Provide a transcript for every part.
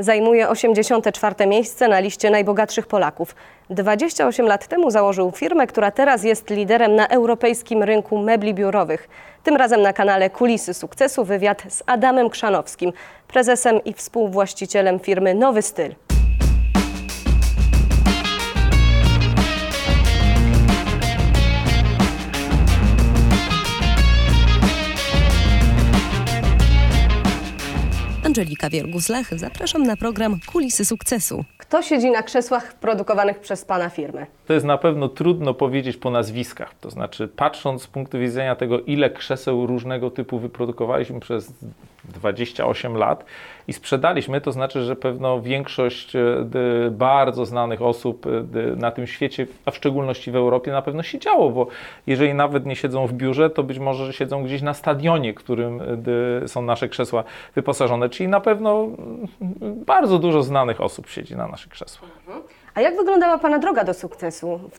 Zajmuje 84. miejsce na liście najbogatszych Polaków. 28 lat temu założył firmę, która teraz jest liderem na europejskim rynku mebli biurowych. Tym razem na kanale Kulisy Sukcesu wywiad z Adamem Krzanowskim, prezesem i współwłaścicielem firmy Nowy Styl. Angelika Wiergus-Lach, zapraszam na program Kulisy Sukcesu. Kto siedzi na krzesłach produkowanych przez Pana firmy? To jest na pewno trudno powiedzieć po nazwiskach. To znaczy, patrząc z punktu widzenia tego, ile krzeseł różnego typu wyprodukowaliśmy przez 28 lat i sprzedaliśmy, to znaczy, że pewno większość bardzo znanych osób na tym świecie, a w szczególności w Europie, na pewno siedziało, bo jeżeli nawet nie siedzą w biurze, to być może że siedzą gdzieś na stadionie, którym są nasze krzesła wyposażone. Czyli na pewno bardzo dużo znanych osób siedzi na naszych krzesłach. A jak wyglądała Pana droga do sukcesu? W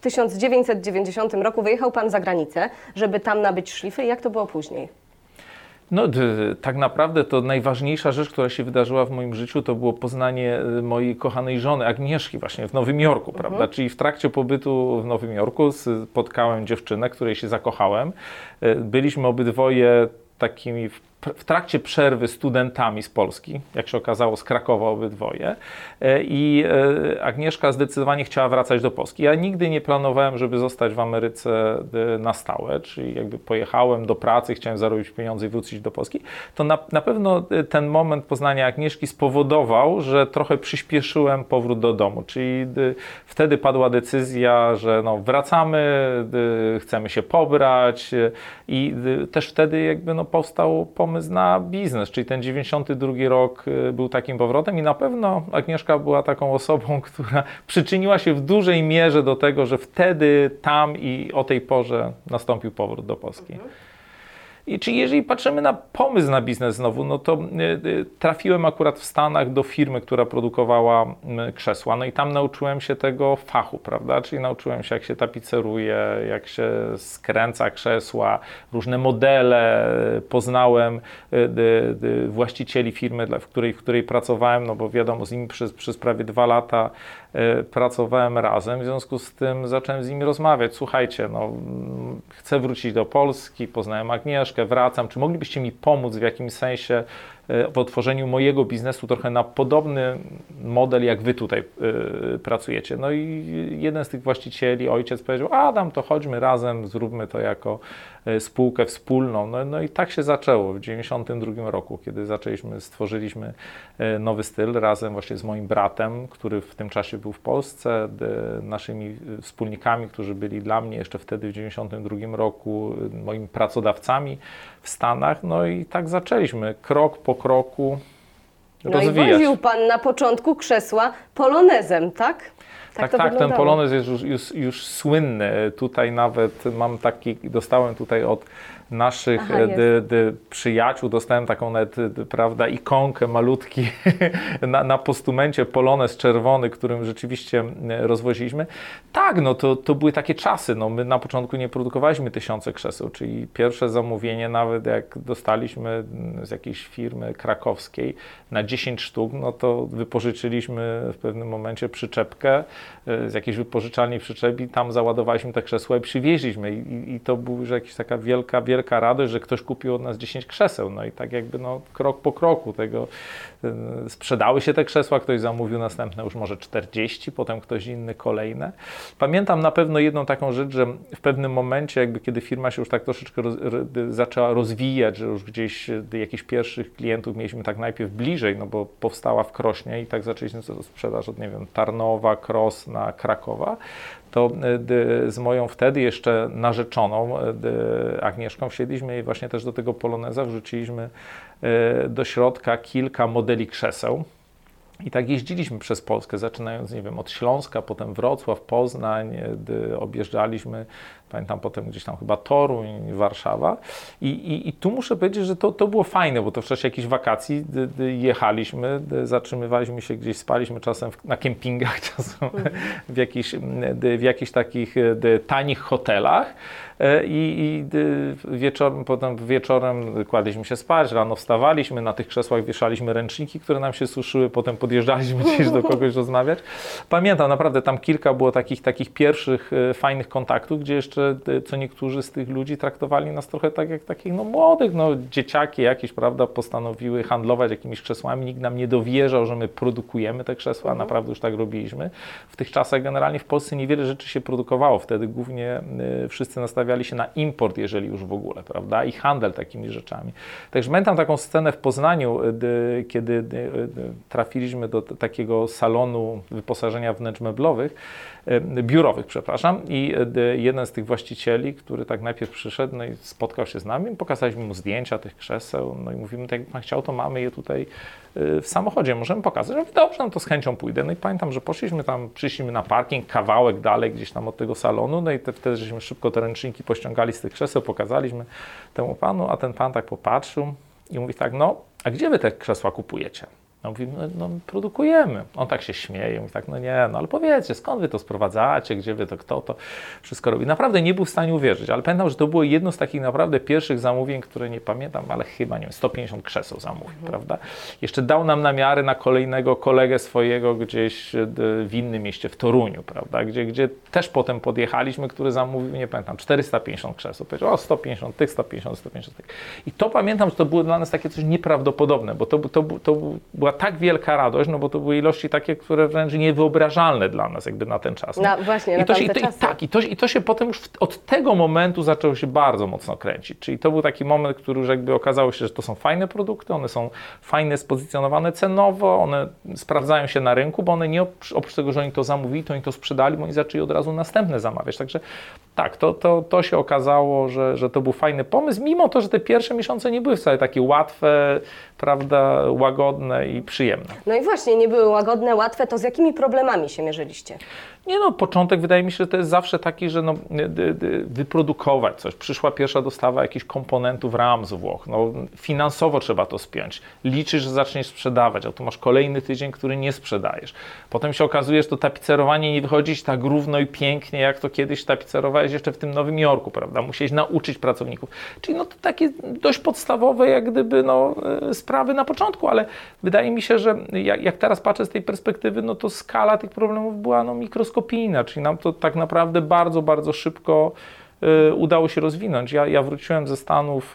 1990 roku wyjechał Pan za granicę, żeby tam nabyć szlify. Jak to było później? No, tak naprawdę to najważniejsza rzecz, która się wydarzyła w moim życiu, to było poznanie mojej kochanej żony Agnieszki właśnie w Nowym Jorku, prawda? Czyli w trakcie pobytu w Nowym Jorku spotkałem dziewczynę, której się zakochałem. Byliśmy obydwoje takimi w trakcie przerwy studentami z Polski, jak się okazało z Krakowa obydwoje, i Agnieszka zdecydowanie chciała wracać do Polski. Ja nigdy nie planowałem, żeby zostać w Ameryce na stałe, czyli jakby pojechałem do pracy, chciałem zarobić pieniądze i wrócić do Polski, to na pewno ten moment poznania Agnieszki spowodował, że trochę przyspieszyłem powrót do domu, czyli wtedy padła decyzja, że no, wracamy, chcemy się pobrać i też wtedy jakby no, powstał pomysł na biznes, czyli ten 92 rok był takim powrotem i na pewno Agnieszka była taką osobą, która przyczyniła się w dużej mierze do tego, że wtedy, tam i o tej porze nastąpił powrót do Polski. I czyli jeżeli patrzymy na pomysł na biznes znowu, no to trafiłem akurat w Stanach do firmy, która produkowała krzesła, no i tam nauczyłem się tego fachu, prawda, czyli nauczyłem się jak się tapiceruje, jak się skręca krzesła, różne modele, poznałem właścicieli firmy, w której pracowałem, no bo wiadomo, z nimi przez prawie 2 lata pracowałem razem, w związku z tym zacząłem z nimi rozmawiać, słuchajcie, no chcę wrócić do Polski, poznałem Agnieszkę, wracam, czy moglibyście mi pomóc w jakimś sensie w otworzeniu mojego biznesu trochę na podobny model, jak wy tutaj pracujecie. No i jeden z tych właścicieli, ojciec, powiedział, Adam, to chodźmy razem, zróbmy to jako spółkę wspólną. No i tak się zaczęło w 92 roku, kiedy stworzyliśmy Nowy Styl razem właśnie z moim bratem, który w tym czasie był w Polsce, naszymi wspólnikami, którzy byli dla mnie jeszcze wtedy w 92 roku moimi pracodawcami w Stanach. No i tak zaczęliśmy krok po kroku rozwijać. No i woził Pan na początku krzesła polonezem, tak? Tak, ten polonez jest już słynny. Tutaj nawet dostałem tutaj od naszych przyjaciół, dostałem taką nawet, prawda, ikonkę malutki na postumencie, polonez czerwony, którym rzeczywiście rozwoziliśmy. Tak, no to były takie czasy, no my na początku nie produkowaliśmy 1000 krzeseł, czyli pierwsze zamówienie nawet jak dostaliśmy z jakiejś firmy krakowskiej na 10 sztuk, no to wypożyczyliśmy w pewnym momencie przyczepkę z jakiejś wypożyczalni przyczepi, tam załadowaliśmy te krzesła i przywieźliśmy i to była już jakaś taka wielka radość, że ktoś kupił od nas 10 krzeseł, no i tak jakby no krok po kroku tego sprzedały się te krzesła, ktoś zamówił następne już może 40, potem ktoś inny kolejne. Pamiętam na pewno jedną taką rzecz, że w pewnym momencie jakby kiedy firma się już tak troszeczkę zaczęła rozwijać, że już gdzieś jakichś pierwszych klientów mieliśmy tak najpierw bliżej, no bo powstała w Krośnie i tak zaczęliśmy sprzedaż od, nie wiem, Tarnowa, Krosna, Krakowa, to z moją wtedy jeszcze narzeczoną Agnieszką wsiedliśmy i właśnie też do tego poloneza wrzuciliśmy do środka kilka modeli krzeseł. I tak jeździliśmy przez Polskę, zaczynając, nie wiem, od Śląska, potem Wrocław, Poznań, objeżdżaliśmy pamiętam potem gdzieś tam chyba Toruń, Warszawa i tu muszę powiedzieć, że to było fajne, bo to w czasie jakichś wakacji jechaliśmy, zatrzymywaliśmy się gdzieś, spaliśmy czasem na kempingach, czasem w jakichś takich tanich hotelach i wieczorem kładliśmy się spać, rano wstawaliśmy, na tych krzesłach wieszaliśmy ręczniki, które nam się suszyły, potem podjeżdżaliśmy gdzieś do kogoś rozmawiać. Pamiętam, naprawdę tam kilka było takich pierwszych fajnych kontaktów, gdzie jeszcze co niektórzy z tych ludzi traktowali nas trochę tak jak takich młodych, dzieciaki jakieś, prawda, postanowiły handlować jakimiś krzesłami, nikt nam nie dowierzał, że my produkujemy te krzesła, naprawdę już tak robiliśmy. W tych czasach generalnie w Polsce niewiele rzeczy się produkowało, wtedy głównie wszyscy nastawiali się na import, jeżeli już w ogóle, prawda, i handel takimi rzeczami. Także pamiętam taką scenę w Poznaniu, kiedy trafiliśmy do takiego salonu wyposażenia wnętrz meblowych, biurowych, przepraszam, i jeden z tych właścicieli, który tak najpierw przyszedł, no i spotkał się z nami, pokazaliśmy mu zdjęcia tych krzeseł, no i mówimy, tak jak pan chciał, to mamy je tutaj w samochodzie, możemy pokazać. Ja mówię, dobrze, no to z chęcią pójdę. No i pamiętam, że przyszliśmy na parking, kawałek dalej gdzieś tam od tego salonu, no i wtedy żeśmy szybko te ręczniki pościągali z tych krzeseł, pokazaliśmy temu panu, a ten pan tak popatrzył i mówi tak, no, a gdzie wy te krzesła kupujecie? No mówi, no produkujemy. On tak się śmieje, mówi tak, no nie, no ale powiedzcie, skąd wy to sprowadzacie, gdzie wy to, kto to wszystko robi. Naprawdę nie był w stanie uwierzyć, ale pamiętam, że to było jedno z takich naprawdę pierwszych zamówień, które nie pamiętam, ale chyba, nie wiem, 150 krzeseł zamówił, prawda? Jeszcze dał nam namiary na kolejnego kolegę swojego gdzieś w innym mieście, w Toruniu, prawda? Gdzie też potem podjechaliśmy, który zamówił, nie pamiętam, 450 krzeseł. Powiedział, 150 tych, 150 tych. I to pamiętam, że to było dla nas takie coś nieprawdopodobne, bo to była tak wielka radość, no bo to były ilości takie, które wręcz niewyobrażalne dla nas jakby na ten czas. Właśnie, na tamte czasy. I to się potem już od tego momentu zaczęło się bardzo mocno kręcić. Czyli to był taki moment, który już jakby okazało się, że to są fajne produkty, one są fajnie spozycjonowane cenowo, one sprawdzają się na rynku, bo one nie oprócz tego, że oni to zamówili, to oni to sprzedali, bo oni zaczęli od razu następne zamawiać. Także tak, to się okazało, że to był fajny pomysł, mimo to, że te pierwsze miesiące nie były wcale takie łatwe, prawda, łagodne i przyjemne. No i właśnie, nie były łagodne, łatwe, to z jakimi problemami się mierzyliście? Nie no, początek wydaje mi się, że to jest zawsze taki, że wyprodukować coś. Przyszła pierwsza dostawa jakichś komponentów ram z Włoch. No, finansowo trzeba to spiąć. Liczysz, że zaczniesz sprzedawać, a tu masz kolejny tydzień, który nie sprzedajesz. Potem się okazuje, że to tapicerowanie nie wychodzi tak równo i pięknie, jak to kiedyś tapicerowałeś jeszcze w tym Nowym Jorku, prawda? Musiałeś nauczyć pracowników. Czyli no to takie dość podstawowe, jak gdyby sprawy na początku, ale wydaje mi się, że jak teraz patrzę z tej perspektywy, no to skala tych problemów była mikroskopijna, czyli nam to tak naprawdę bardzo, bardzo szybko udało się rozwinąć. Ja wróciłem ze Stanów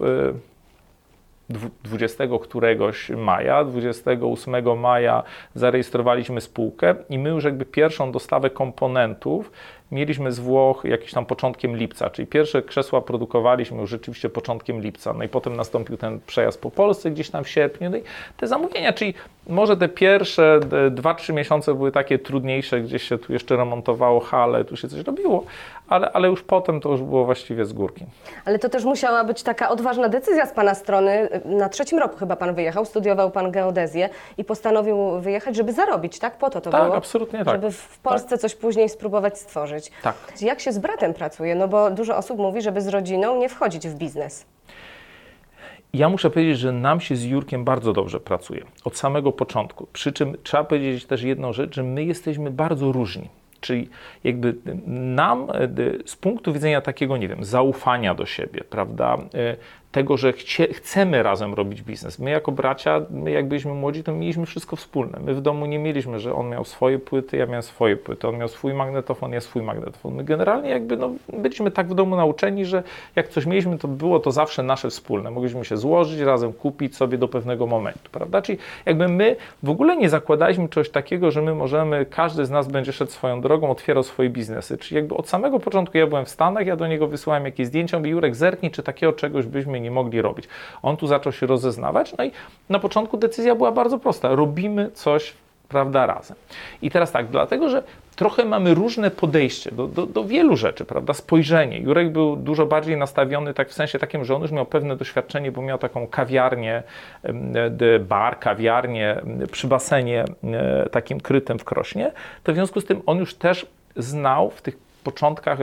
20 któregoś maja, 28 maja zarejestrowaliśmy spółkę i my już jakby pierwszą dostawę komponentów mieliśmy z Włoch jakimś tam początkiem lipca, czyli pierwsze krzesła produkowaliśmy już rzeczywiście początkiem lipca, no i potem nastąpił ten przejazd po Polsce gdzieś tam w sierpniu, no i te zamówienia, czyli może te pierwsze 2-3 miesiące były takie trudniejsze, gdzieś się tu jeszcze remontowało hale, tu się coś robiło, ale już potem to już było właściwie z górki. Ale to też musiała być taka odważna decyzja z Pana strony. Na 3. roku chyba Pan wyjechał, studiował Pan geodezję i postanowił wyjechać, żeby zarobić, tak? Po to było? Tak, absolutnie tak. Żeby w Polsce coś później spróbować stworzyć. Tak. Jak się z bratem pracuje? No bo dużo osób mówi, żeby z rodziną nie wchodzić w biznes. Ja muszę powiedzieć, że nam się z Jurkiem bardzo dobrze pracuje. Od samego początku. Przy czym trzeba powiedzieć też jedną rzecz, że my jesteśmy bardzo różni. Czyli jakby nam z punktu widzenia takiego, nie wiem, zaufania do siebie, prawda, tego, że chcemy razem robić biznes. My jako bracia, my jak byliśmy młodzi, to mieliśmy wszystko wspólne. My w domu nie mieliśmy, że on miał swoje płyty, ja miałem swoje płyty, on miał swój magnetofon, ja swój magnetofon. My generalnie jakby byliśmy tak w domu nauczeni, że jak coś mieliśmy, to było to zawsze nasze wspólne. Mogliśmy się złożyć, razem kupić sobie do pewnego momentu, prawda? Czyli jakby my w ogóle nie zakładaliśmy czegoś takiego, że my możemy, każdy z nas będzie szedł swoją drogą, otwierał swoje biznesy. Czyli jakby od samego początku ja byłem w Stanach, ja do niego wysyłałem jakieś zdjęcia, mówię, Jurek, zerknij, czy takiego czegoś byśmy nie mogli robić. On tu zaczął się rozeznawać, no i na początku decyzja była bardzo prosta. Robimy coś, prawda, razem. I teraz tak, dlatego, że trochę mamy różne podejście do wielu rzeczy, prawda, spojrzenie. Jurek był dużo bardziej nastawiony tak w sensie takim, że on już miał pewne doświadczenie, bo miał taką kawiarnię, kawiarnię przy basenie takim krytym w Krośnie, to w związku z tym on już też znał w tych początkach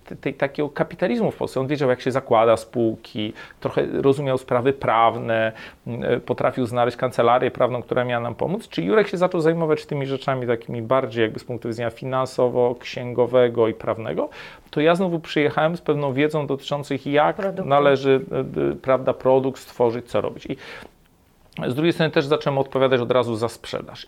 takiego kapitalizmu w Polsce. On wiedział, jak się zakłada spółki, trochę rozumiał sprawy prawne, potrafił znaleźć kancelarię prawną, która miała nam pomóc. Czyli Jurek się zaczął zajmować tymi rzeczami takimi bardziej jakby z punktu widzenia finansowo-księgowego i prawnego. To ja znowu przyjechałem z pewną wiedzą dotyczącą jak należy, prawda, produkt stworzyć, co robić. I z drugiej strony też zacząłem odpowiadać od razu za sprzedaż.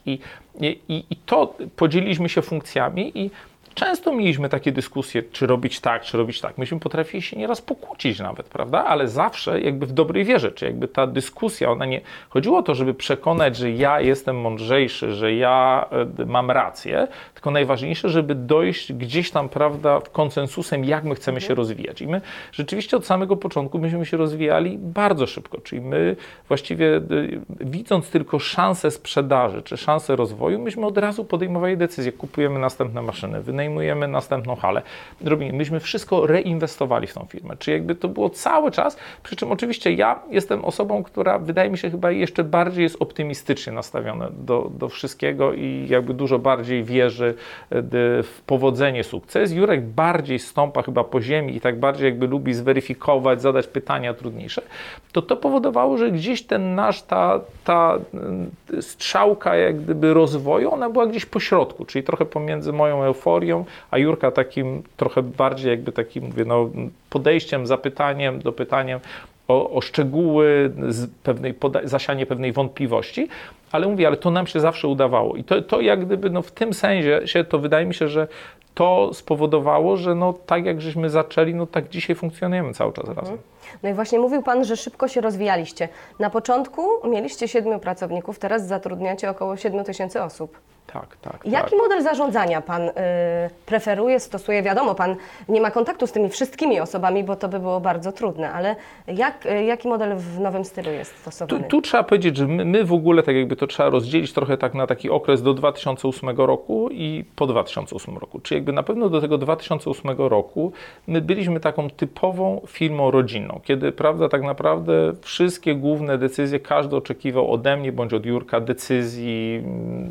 I to podzieliliśmy się funkcjami i często mieliśmy takie dyskusje, czy robić tak, czy robić tak. Myśmy potrafili się nieraz pokłócić nawet, prawda? Ale zawsze jakby w dobrej wierze, czy jakby ta dyskusja, ona nie chodziło o to, żeby przekonać, że ja jestem mądrzejszy, że ja mam rację, tylko najważniejsze, żeby dojść gdzieś tam, prawda, konsensusem, jak my chcemy się rozwijać. I my rzeczywiście od samego początku myśmy się rozwijali bardzo szybko, czyli my właściwie widząc tylko szansę sprzedaży, czy szansę rozwoju, myśmy od razu podejmowali decyzję, kupujemy następne maszyny, wynajmujemy następną halę. Myśmy wszystko reinwestowali w tą firmę. Czyli jakby to było cały czas, przy czym oczywiście ja jestem osobą, która wydaje mi się chyba jeszcze bardziej jest optymistycznie nastawiona do wszystkiego i jakby dużo bardziej wierzy w powodzenie, sukces. Jurek bardziej stąpa chyba po ziemi i tak bardziej jakby lubi zweryfikować, zadać pytania trudniejsze. To powodowało, że gdzieś ten nasz, ta strzałka jak gdyby rozwoju, ona była gdzieś po środku, czyli trochę pomiędzy moją euforią, a Jurka takim trochę bardziej jakby takim, mówię, no, podejściem, zapytaniem, dopytaniem o szczegóły, zasianie pewnej wątpliwości, ale mówię, ale to nam się zawsze udawało i to jak gdyby no, w tym sensie to wydaje mi się, że to spowodowało, że no, tak jak żeśmy zaczęli, no tak dzisiaj funkcjonujemy cały czas razem. No i właśnie mówił Pan, że szybko się rozwijaliście. Na początku mieliście 7 pracowników, teraz zatrudniacie około 7 000 osób. Tak. Jaki model zarządzania Pan preferuje, stosuje? Wiadomo, Pan nie ma kontaktu z tymi wszystkimi osobami, bo to by było bardzo trudne, ale jaki model w nowym stylu jest stosowany? Tu trzeba powiedzieć, że my w ogóle tak jakby to trzeba rozdzielić trochę tak na taki okres do 2008 roku i po 2008 roku. Czyli jakby na pewno do tego 2008 roku my byliśmy taką typową firmą rodzinną, kiedy, prawda, tak naprawdę wszystkie główne decyzje każdy oczekiwał ode mnie bądź od Jurka decyzji,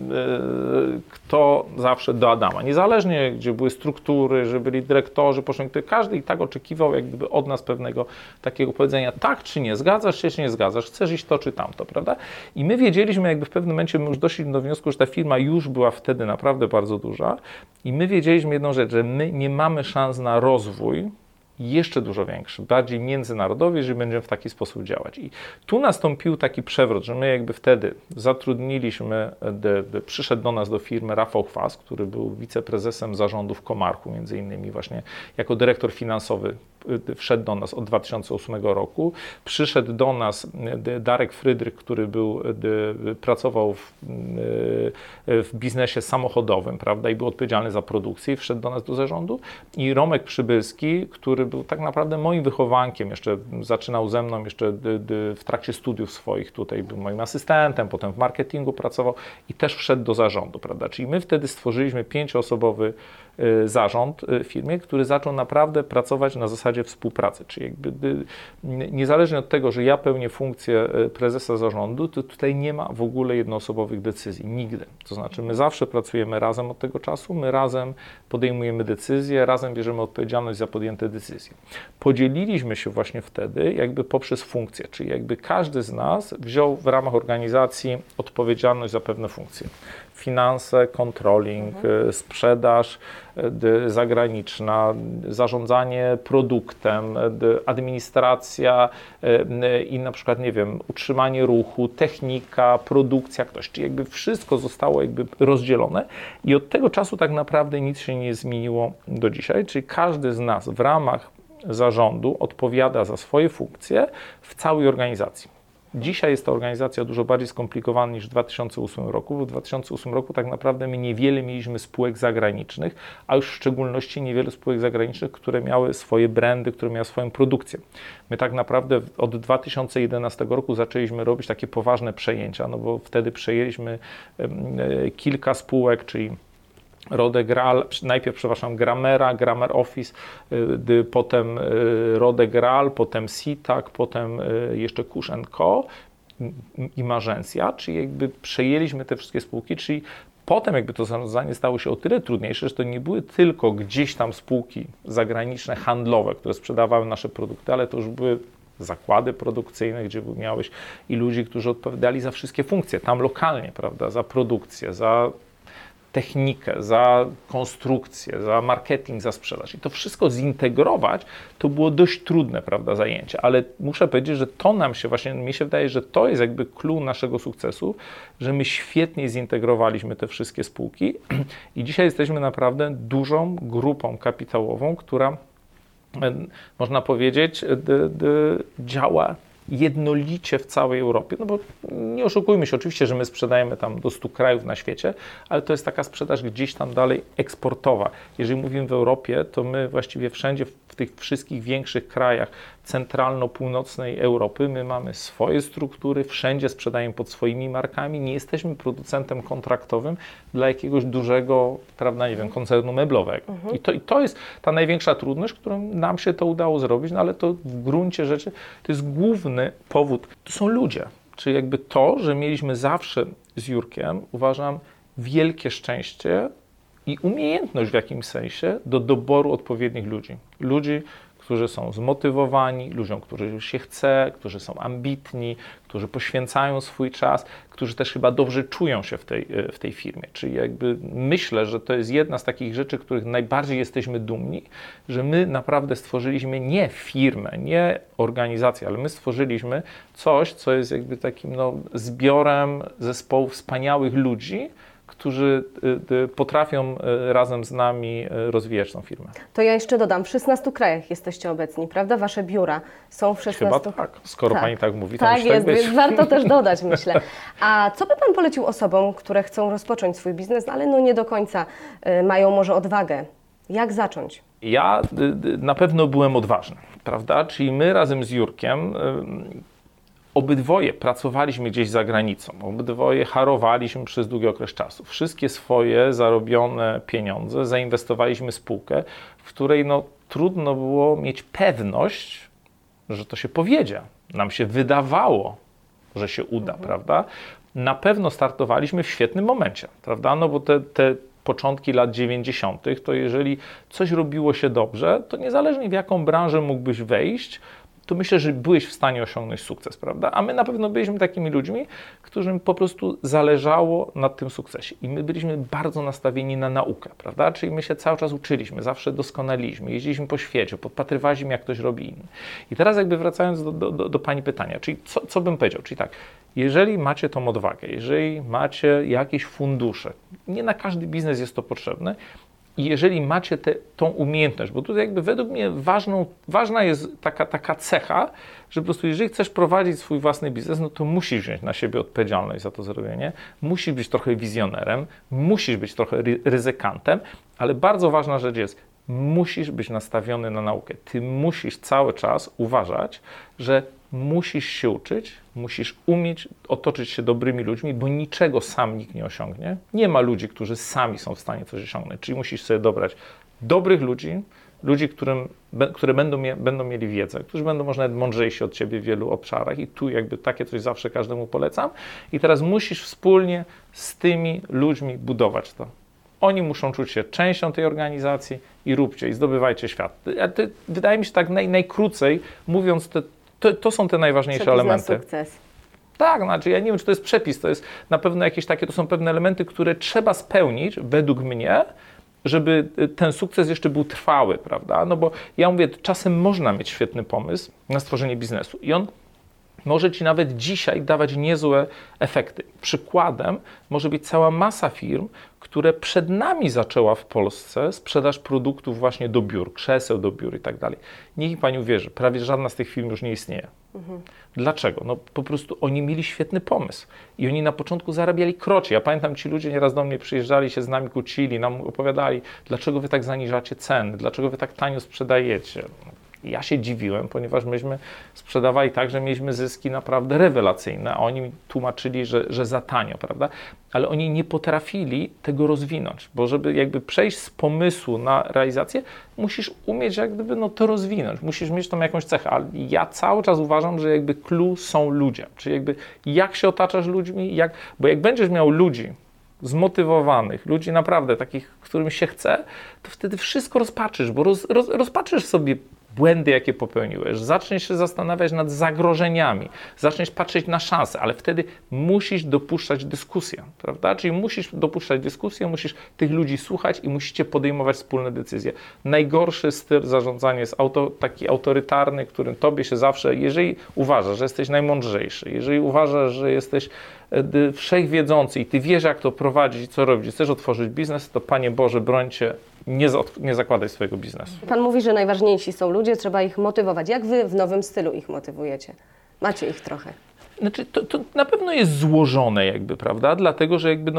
kto zawsze do Adama. Niezależnie, gdzie były struktury, że byli dyrektorzy, każdy i tak oczekiwał jak gdyby od nas pewnego takiego powiedzenia tak czy nie, zgadzasz się czy nie zgadzasz, chcesz iść to czy tamto, prawda? I my wiedzieliśmy jakby w pewnym momencie, my już doszliśmy do wniosku, że ta firma już była wtedy naprawdę bardzo duża i my wiedzieliśmy jedną rzecz, że my nie mamy szans na rozwój jeszcze dużo większy, bardziej międzynarodowy, jeżeli będziemy w taki sposób działać. I tu nastąpił taki przewrót, że my jakby wtedy zatrudniliśmy, przyszedł do nas do firmy Rafał Chwas, który był wiceprezesem zarządu w Comarchu, między innymi właśnie jako dyrektor finansowy wszedł do nas od 2008 roku. Przyszedł do nas Darek Frydrych, który pracował w biznesie samochodowym, prawda, i był odpowiedzialny za produkcję i wszedł do nas do zarządu. I Romek Przybylski, który był tak naprawdę moim wychowankiem, jeszcze zaczynał ze mną jeszcze w trakcie studiów swoich, tutaj był moim asystentem, potem w marketingu pracował i też wszedł do zarządu, prawda, czyli my wtedy stworzyliśmy 5-osobowy zarząd w firmie, który zaczął naprawdę pracować na zasadzie współpracy, czyli jakby niezależnie od tego, że ja pełnię funkcję prezesa zarządu, to tutaj nie ma w ogóle jednoosobowych decyzji, nigdy. To znaczy my zawsze pracujemy razem od tego czasu, my razem podejmujemy decyzje, razem bierzemy odpowiedzialność za podjęte decyzje. Podzieliliśmy się właśnie wtedy jakby poprzez funkcje, czyli jakby każdy z nas wziął w ramach organizacji odpowiedzialność za pewne funkcje. Finanse, controlling, sprzedaż zagraniczna, zarządzanie produktem, administracja i na przykład, nie wiem, utrzymanie ruchu, technika, produkcja, ktoś, czyli jakby wszystko zostało jakby rozdzielone i od tego czasu tak naprawdę nic się nie zmieniło do dzisiaj, czyli każdy z nas w ramach zarządu odpowiada za swoje funkcje w całej organizacji. Dzisiaj jest ta organizacja dużo bardziej skomplikowana niż w 2008 roku. W 2008 roku tak naprawdę my niewiele mieliśmy spółek zagranicznych, a już w szczególności niewiele spółek zagranicznych, które miały swoje brandy, które miały swoją produkcję. My tak naprawdę od 2011 roku zaczęliśmy robić takie poważne przejęcia, no bo wtedy przejęliśmy kilka spółek, czyli Rode Gral, najpierw, przepraszam, Gramera, Gramer Office, potem Rode Gral, potem Sitak, potem jeszcze Kusz & Co. i Marzencja, czyli jakby przejęliśmy te wszystkie spółki, czyli potem jakby to zarządzanie stało się o tyle trudniejsze, że to nie były tylko gdzieś tam spółki zagraniczne, handlowe, które sprzedawały nasze produkty, ale to już były zakłady produkcyjne, gdzie miałeś i ludzi, którzy odpowiadali za wszystkie funkcje, tam lokalnie, prawda, za produkcję, za technikę, za konstrukcję, za marketing, za sprzedaż. I to wszystko zintegrować, to było dość trudne, prawda, zajęcie, ale muszę powiedzieć, że to nam się właśnie, mi się wydaje, że to jest jakby clue naszego sukcesu, że my świetnie zintegrowaliśmy te wszystkie spółki i dzisiaj jesteśmy naprawdę dużą grupą kapitałową, która, można powiedzieć, działa jednolicie w całej Europie, no bo nie oszukujmy się, oczywiście, że my sprzedajemy tam do 100 krajów na świecie, ale to jest taka sprzedaż gdzieś tam dalej eksportowa. Jeżeli mówimy w Europie, to my właściwie wszędzie w tych wszystkich większych krajach centralno-północnej Europy my mamy swoje struktury, wszędzie sprzedajemy pod swoimi markami, nie jesteśmy producentem kontraktowym dla jakiegoś dużego, prawda, nie wiem, koncernu meblowego. I to jest ta największa trudność, którą nam się to udało zrobić, no ale to w gruncie rzeczy to jest główny powód. To są ludzie. Czyli jakby to, że mieliśmy zawsze z Jurkiem, uważam, wielkie szczęście i umiejętność w jakimś sensie do doboru odpowiednich ludzi. Ludzi, którzy są zmotywowani, ludziom, którzy się chce, którzy są ambitni, którzy poświęcają swój czas, którzy też chyba dobrze czują się w tej firmie. Czyli jakby myślę, że to jest jedna z takich rzeczy, których najbardziej jesteśmy dumni, że my naprawdę stworzyliśmy nie firmę, nie organizację, ale my stworzyliśmy coś, co jest jakby takim zbiorem zespołu wspaniałych ludzi, którzy potrafią razem z nami rozwijać tą firmę. To ja jeszcze dodam, w 16 krajach jesteście obecni, prawda? Wasze biura są w 16... Chyba tak. Skoro Pani tak mówi, to tak musi jest, tak być. więc warto też dodać, myślę. A co by Pan polecił osobom, które chcą rozpocząć swój biznes, ale nie do końca mają może odwagę? Jak zacząć? Ja na pewno byłem odważny, prawda? Czyli my razem z Jurkiem obydwoje pracowaliśmy gdzieś za granicą, obydwoje harowaliśmy przez długi okres czasu. Wszystkie swoje zarobione pieniądze zainwestowaliśmy w spółkę, w której trudno było mieć pewność, że to się powiedzie. Nam się wydawało, że się uda, prawda? Na pewno startowaliśmy w świetnym momencie, prawda? No bo te początki lat 90., to jeżeli coś robiło się dobrze, to niezależnie w jaką branżę mógłbyś wejść, to myślę, że byłeś w stanie osiągnąć sukces, prawda? A my na pewno byliśmy takimi ludźmi, którym po prostu zależało na tym sukcesie. I my byliśmy bardzo nastawieni na naukę, prawda? Czyli my się cały czas uczyliśmy, zawsze doskonaliliśmy, jeździliśmy po świecie, podpatrywaliśmy, jak ktoś robi inny. I teraz jakby wracając do Pani pytania, czyli co bym powiedział? Czyli tak, jeżeli macie tą odwagę, jeżeli macie jakieś fundusze, nie na każdy biznes jest to potrzebne, i jeżeli macie tą umiejętność, bo tutaj jakby według mnie ważna jest taka cecha, że po prostu jeżeli chcesz prowadzić swój własny biznes, no to musisz wziąć na siebie odpowiedzialność za to zrobienie, musisz być trochę wizjonerem, musisz być trochę ryzykantem, ale bardzo ważna rzecz jest, musisz być nastawiony na naukę. Ty musisz cały czas uważać, że musisz się uczyć, musisz umieć otoczyć się dobrymi ludźmi, bo niczego sam nikt nie osiągnie. Nie ma ludzi, którzy sami są w stanie coś osiągnąć. Czyli musisz sobie dobrać dobrych ludzi, które będą mieli wiedzę, którzy będą może nawet mądrzejsi od ciebie w wielu obszarach i tu jakby takie coś zawsze każdemu polecam. I teraz musisz wspólnie z tymi ludźmi budować to. Oni muszą czuć się częścią tej organizacji i róbcie i zdobywajcie świat. Wydaje mi się tak najkrócej mówiąc, to są te najważniejsze Przepis elementy. na sukces. Tak, znaczy ja nie wiem, czy to jest przepis, to jest na pewno jakieś takie, to są pewne elementy, które trzeba spełnić, według mnie, żeby ten sukces jeszcze był trwały, prawda? No bo ja mówię, czasem można mieć świetny pomysł na stworzenie biznesu i on może Ci nawet dzisiaj dawać niezłe efekty. Przykładem może być cała masa firm, które przed nami zaczęła w Polsce sprzedaż produktów właśnie do biur, krzeseł do biur i tak dalej. Niech Pani uwierzy, prawie żadna z tych firm już nie istnieje. Dlaczego? No po prostu oni mieli świetny pomysł i oni na początku zarabiali krocie. Ja pamiętam, ci ludzie nieraz do mnie przyjeżdżali, się z nami kłócili, nam opowiadali, dlaczego Wy tak zaniżacie ceny, dlaczego Wy tak tanio sprzedajecie. Ja się dziwiłem, ponieważ myśmy sprzedawali tak, że mieliśmy zyski naprawdę rewelacyjne, a oni mi tłumaczyli, że za tanio, prawda? Ale oni nie potrafili tego rozwinąć, bo żeby jakby przejść z pomysłu na realizację, musisz umieć jak gdyby to rozwinąć, musisz mieć tą jakąś cechę, ale ja cały czas uważam, że jakby clue są ludzie, czyli jakby jak się otaczasz ludźmi, bo jak będziesz miał ludzi, zmotywowanych, ludzi naprawdę takich, którym się chce, to wtedy wszystko rozpatrzysz, bo rozpatrzysz sobie błędy, jakie popełniłeś, zaczniesz się zastanawiać nad zagrożeniami, zaczniesz patrzeć na szanse, ale wtedy musisz dopuszczać dyskusję, prawda? Czyli musisz dopuszczać dyskusję, musisz tych ludzi słuchać i musicie podejmować wspólne decyzje. Najgorszy styl zarządzania jest taki autorytarny, którym tobie się zawsze, jeżeli uważasz, że jesteś najmądrzejszy, jeżeli uważasz, że jesteś wszechwiedzący i ty wiesz, jak to prowadzić i co robić, chcesz otworzyć biznes, to Panie Boże, broń cię, nie zakładaj swojego biznesu. Pan mówi, że najważniejsi są ludzie, trzeba ich motywować. Jak wy w nowym stylu ich motywujecie? Macie ich trochę. Znaczy, to na pewno jest złożone jakby, prawda? Dlatego, że jakby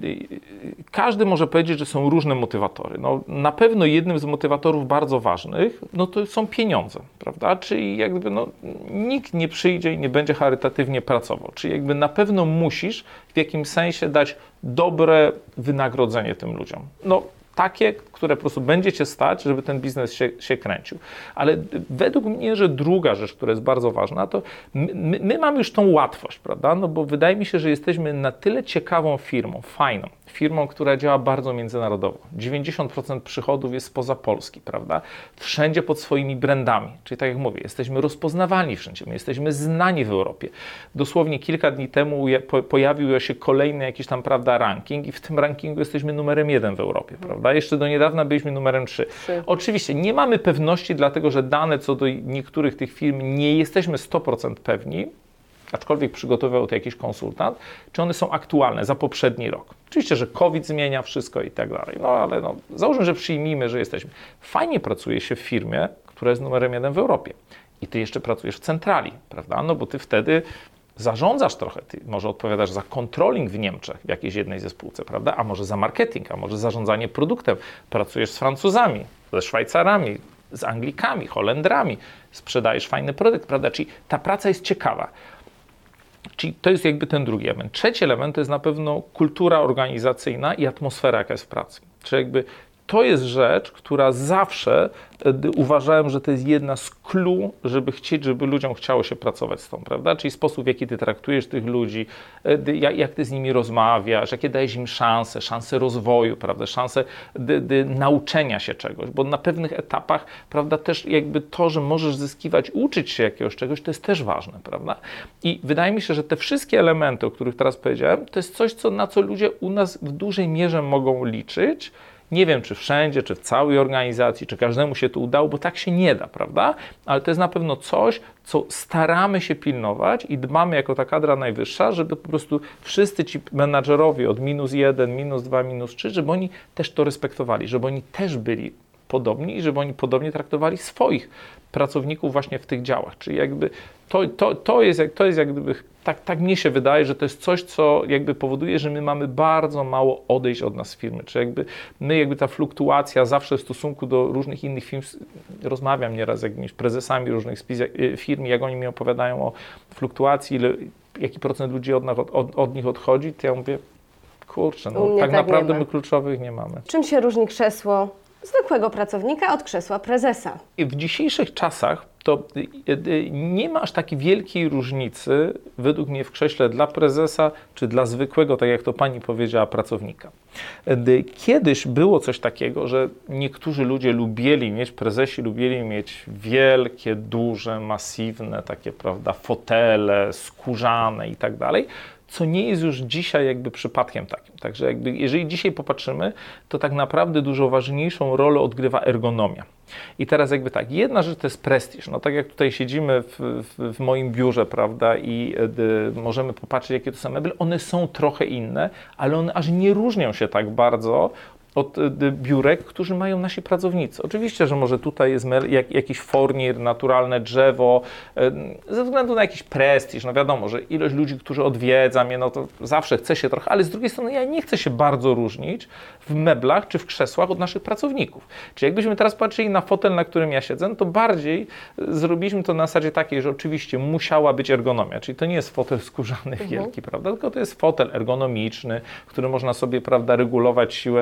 każdy może powiedzieć, że są różne motywatory. Na pewno jednym z motywatorów bardzo ważnych, to są pieniądze, prawda? Czyli jakby nikt nie przyjdzie i nie będzie charytatywnie pracował. Czyli jakby na pewno musisz w jakimś sensie dać dobre wynagrodzenie tym ludziom. Takie, które po prostu będzie cię stać, żeby ten biznes się kręcił. Ale według mnie, że druga rzecz, która jest bardzo ważna, to my mamy już tą łatwość, prawda? Bo wydaje mi się, że jesteśmy na tyle ciekawą firmą, fajną, firmą, która działa bardzo międzynarodowo. 90% przychodów jest spoza Polski, prawda? Wszędzie pod swoimi brandami. Czyli tak jak mówię, jesteśmy rozpoznawalni wszędzie, my jesteśmy znani w Europie. Dosłownie kilka dni temu pojawił się kolejny jakiś tam, prawda, ranking i w tym rankingu jesteśmy numerem 1 w Europie, prawda? Jeszcze do niedawna byliśmy numerem 3. Oczywiście nie mamy pewności, dlatego że dane co do niektórych tych firm nie jesteśmy 100% pewni, aczkolwiek przygotowywał to jakiś konsultant, czy one są aktualne za poprzedni rok. Oczywiście, że COVID zmienia wszystko i tak dalej, ale załóżmy, że przyjmijmy, że jesteśmy. Fajnie pracuje się w firmie, która jest numerem 1 w Europie i ty jeszcze pracujesz w centrali, prawda? Bo ty wtedy zarządzasz trochę, ty może odpowiadasz za controlling w Niemczech, w jakiejś jednej ze spółce, prawda? A może za marketing, a może zarządzanie produktem. Pracujesz z Francuzami, ze Szwajcarami, z Anglikami, Holendrami, sprzedajesz fajny produkt, prawda? Czyli ta praca jest ciekawa. Czyli to jest jakby ten drugi element. Trzeci element to jest na pewno kultura organizacyjna i atmosfera, jaka jest w pracy. Czyli jakby to jest rzecz, która zawsze uważałem, że to jest jedna z clue, żeby chcieć, żeby ludziom chciało się pracować z tą, prawda? Czyli sposób, w jaki ty traktujesz tych ludzi, jak ty z nimi rozmawiasz, jakie dajesz im szanse rozwoju, prawda? Szanse nauczenia się czegoś, bo na pewnych etapach, prawda, też jakby to, że możesz zyskiwać, uczyć się jakiegoś czegoś, to jest też ważne, prawda? I wydaje mi się, że te wszystkie elementy, o których teraz powiedziałem, to jest coś, na co ludzie u nas w dużej mierze mogą liczyć. Nie wiem, czy wszędzie, czy w całej organizacji, czy każdemu się to udało, bo tak się nie da, prawda? Ale to jest na pewno coś, co staramy się pilnować i dbamy jako ta kadra najwyższa, żeby po prostu wszyscy ci menadżerowie od -1, -2, -3, żeby oni też to respektowali, żeby oni też byli podobni i żeby oni podobnie traktowali swoich pracowników właśnie w tych działach. Czyli jakby to jest jak gdyby, tak mnie się wydaje, że to jest coś, co jakby powoduje, że my mamy bardzo mało odejść od nas firmy. Czy jakby ta fluktuacja zawsze w stosunku do różnych innych firm, rozmawiam nieraz z jakimiś prezesami różnych firm, jak oni mi opowiadają o fluktuacji, jaki procent ludzi od nich odchodzi, to ja mówię, kurczę, tak naprawdę my kluczowych nie mamy. Czym się różni krzesło zwykłego pracownika od krzesła prezesa? W dzisiejszych czasach to nie ma aż takiej wielkiej różnicy, według mnie, w krześle dla prezesa, czy dla zwykłego, tak jak to pani powiedziała, pracownika. Kiedyś było coś takiego, że niektórzy ludzie prezesi lubili mieć wielkie, duże, masywne takie, prawda, fotele, skórzane i tak dalej, co nie jest już dzisiaj jakby przypadkiem takim. Także jakby jeżeli dzisiaj popatrzymy, to tak naprawdę dużo ważniejszą rolę odgrywa ergonomia. I teraz jakby tak, jedna rzecz to jest prestiż. Tak jak tutaj siedzimy w moim biurze, prawda, i możemy popatrzeć, jakie to są meble, one są trochę inne, ale one aż nie różnią się tak bardzo od biurek, którzy mają nasi pracownicy. Oczywiście, że może tutaj jest jakiś fornir, naturalne drzewo, ze względu na jakiś prestiż. Wiadomo, że ilość ludzi, którzy odwiedza mnie, to zawsze chce się trochę, ale z drugiej strony ja nie chcę się bardzo różnić w meblach czy w krzesłach od naszych pracowników. Czyli jakbyśmy teraz patrzyli na fotel, na którym ja siedzę, to bardziej zrobiliśmy to na zasadzie takiej, że oczywiście musiała być ergonomia, czyli to nie jest fotel skórzany wielki, prawda, tylko to jest fotel ergonomiczny, który można sobie, prawda, regulować siłę na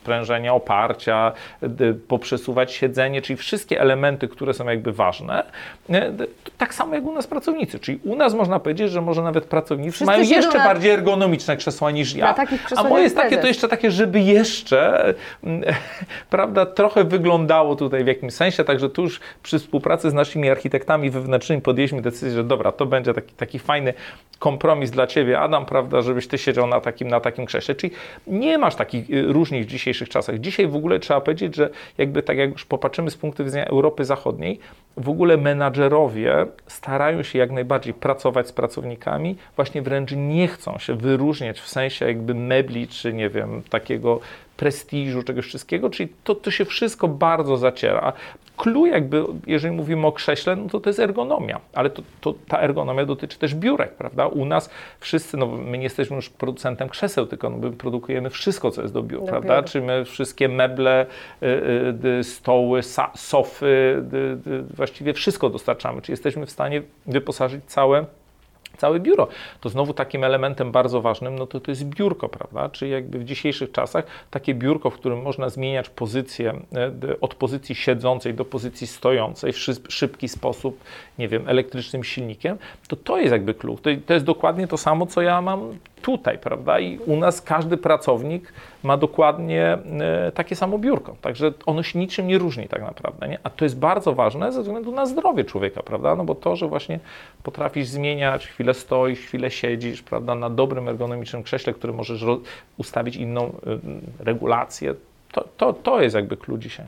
sprężenia oparcia, poprzesuwać siedzenie, czyli wszystkie elementy, które są jakby ważne. Tak samo jak u nas pracownicy, czyli u nas można powiedzieć, że może nawet pracownicy Wszyscy mają siedzą jeszcze na- bardziej ergonomiczne krzesła niż ja. Na takich A krzesłach moje jak jest takie, prezes. to jeszcze takie, żeby jeszcze, prawda, trochę wyglądało tutaj w jakimś sensie, także tu już przy współpracy z naszymi architektami wewnętrznymi podjęliśmy decyzję, że dobra, to będzie taki fajny kompromis dla Ciebie, Adam, prawda, żebyś Ty siedział na takim krześle. Czyli nie masz takich różnic w dzisiejszych czasach. Dzisiaj w ogóle trzeba powiedzieć, że jakby tak jak już popatrzymy z punktu widzenia Europy Zachodniej, w ogóle menadżerowie starają się jak najbardziej pracować z pracownikami, właśnie wręcz nie chcą się wyróżniać w sensie jakby mebli, czy nie wiem, takiego prestiżu, czegoś wszystkiego, czyli to się wszystko bardzo zaciera. Clue jakby, jeżeli mówimy o krześle, no to jest ergonomia, ale ta ergonomia dotyczy też biurek, prawda? U nas wszyscy, no my nie jesteśmy już producentem krzeseł, tylko my produkujemy wszystko, co jest do biur, prawda? Czy my wszystkie meble, stoły, sofy, właściwie wszystko dostarczamy, czy jesteśmy w stanie wyposażyć całe biuro. To znowu takim elementem bardzo ważnym, no to jest biurko, prawda? Czyli jakby w dzisiejszych czasach takie biurko, w którym można zmieniać pozycję od pozycji siedzącej do pozycji stojącej w szybki sposób, nie wiem, elektrycznym silnikiem, to jest jakby klucz. To jest dokładnie to samo, co ja mam tutaj, prawda? I u nas każdy pracownik ma dokładnie takie samo biurko. Także ono się niczym nie różni tak naprawdę, nie? A to jest bardzo ważne ze względu na zdrowie człowieka, prawda? No bo to, że właśnie potrafisz zmieniać, chwilę stoisz, chwilę siedzisz, prawda? Na dobrym ergonomicznym krześle, który możesz ustawić inną regulację, to jest jakby klucz dzisiaj.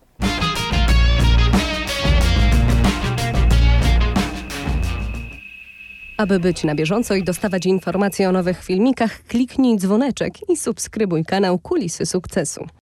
Aby być na bieżąco i dostawać informacje o nowych filmikach, kliknij dzwoneczek i subskrybuj kanał Kulisy Sukcesu.